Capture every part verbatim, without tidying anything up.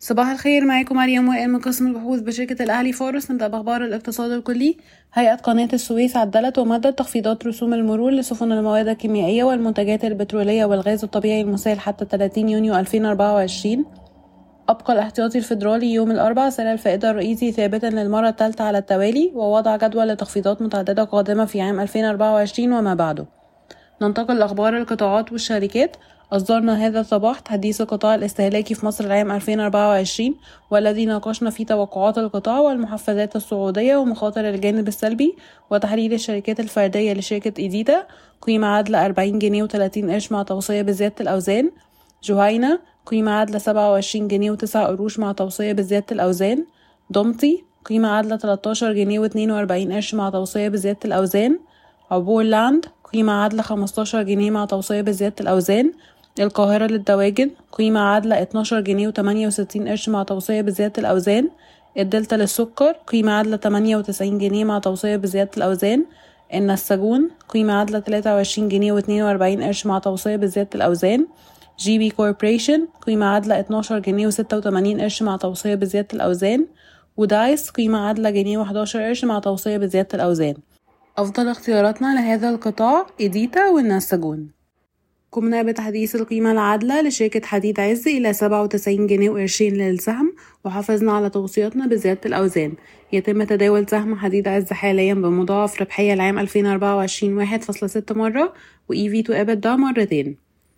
صباح الخير، معاكم مريم وائل من قسم البحوث بشركة الأهلي فورس. نبدأ بأخبار الاقتصاد الكلي. هيئة قناة السويس عدلت ومدت تخفيضات رسوم المرور لسفن المواد الكيميائية والمنتجات البترولية والغاز الطبيعي المسال حتى ثلاثين يونيو ألفين وأربعة وعشرين. أبقى الاحتياطي الفيدرالي يوم الأربعاء سعر الفائدة الرئيسي ثابتا للمرة الثالثة على التوالي، ووضع جدول لتخفيضات متعددة قادمة في عام ألفين وأربعة وعشرين وما بعده. ننتقل لأخبار القطاعات والشركات. أصدرنا هذا الصباح تحديث القطاع الاستهلاكي في مصر العام ألفين وأربعة وعشرين، والذي ناقشنا فيه توقعات القطاع والمحفزات الصعودية ومخاطر الجانب السلبي وتحليل الشركات الفردية لشركة إيديتا. قيمة عادلة أربعين جنيه وثلاثين قرش مع توصية بزيادة الأوزان. جهينة قيمة عادلة سبعة وعشرين جنيه وتسعة قروش مع توصية بزيادة الأوزان. دومتي قيمة عادلة تلتاشر جنيه واثنين وأربعين قرش مع توصية بزيادة الأوزان. عبور لاند قيمة عادلة خمستاشر جنيه مع توصية بزيادة الأوزان. القاهرة للدواجن قيمة عادلة اتناشر جنيه وتمانية وستين قرش مع توصية بزيادة الأوزان. الدلتا للسكر قيمة عادلة تمانية وتسعين جنيه مع توصية بزيادة الأوزان. النساجون قيمة عادلة تلاتة وعشرين جنيه واثنين وأربعين قرش مع توصية بزيادة الأوزان. جي بي كوربريشن قيمة عادلة اتناشر جنيه وستة وتمانين قرش مع توصية بزيادة الأوزان. ودايس قيمة عادلة جنيه وحداشر قرش مع توصية بزيادة الأوزان. أفضل اختياراتنا لهذا القطاع إيديتا والنساجون. قمنا بتحديث القيمة العادلة لشركة حديد عز إلى سبعة وتسعين جنيه وقرشين للسهم، وحافظنا على توصياتنا بزيادة الأوزان. يتم تداول سهم حديد عز حاليا بمضاعف ربحية العام ألفين وأربعة وعشرين واحد فاصلة ستة مرة، و إي في to EBITDA مرتين.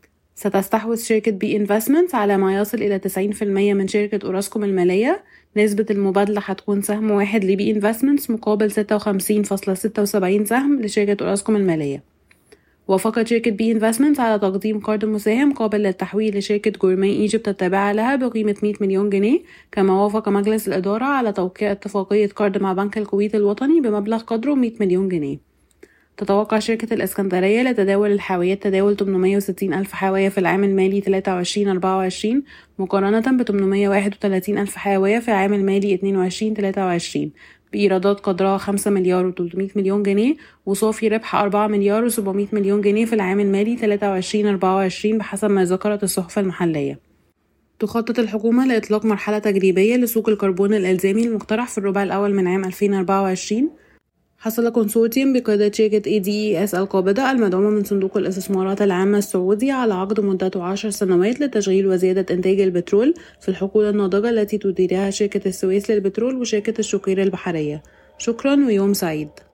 ستستحوذ شركة بي انفستمنتس على ما يصل إلى تسعين في المية من شركة أوراسكوم المالية. نسبة المبادلة هتكون سهم واحد لبي انفستمنتس مقابل ستة وخمسين فاصلة ستة وسبعين سهم لشركة أوراسكوم المالية. وافقت شركة بي انفستمنتس على تقديم قرض مساهم قابل للتحويل لشركة جورمي ايجيبت التابعة لها بقيمة مية مليون جنيه. كما وافق مجلس الإدارة على توقيع اتفاقية قرض مع بنك الكويت الوطني بمبلغ قدره مية مليون جنيه. تتوقع شركة الإسكندرية لتداول الحاويات تداول ثمانمائة وستين ألف حاوية في العام المالي ثلاثة وعشرين أربعة وعشرين مقارنة ب ثمانمائة وواحد وثلاثين ألف حاوية في العام المالي اثنين وعشرين ثلاثة وعشرين، بإيرادات قدرها خمسة مليار وثلاثمائة مليون جنيه وصافي ربح أربعة مليار وسبعمائة مليون جنيه في العام المالي ثلاثة وعشرين أربعة وعشرين بحسب ما ذكرت الصحف المحلية. تخطط الحكومة لإطلاق مرحلة تجريبية لسوق الكربون الإلزامي المقترح في الربع الأول من عام ألفين وأربعة وعشرين. حصل كونسورتيوم بقيادة شركة اي دي اس القابضة المدعومة من صندوق الاستثمارات العامة السعودي على عقد مدته عشر سنوات لتشغيل وزيادة إنتاج البترول في الحقول الناضجة التي تديرها شركة السويس للبترول وشركة الشقير البحرية. شكرا ويوم سعيد.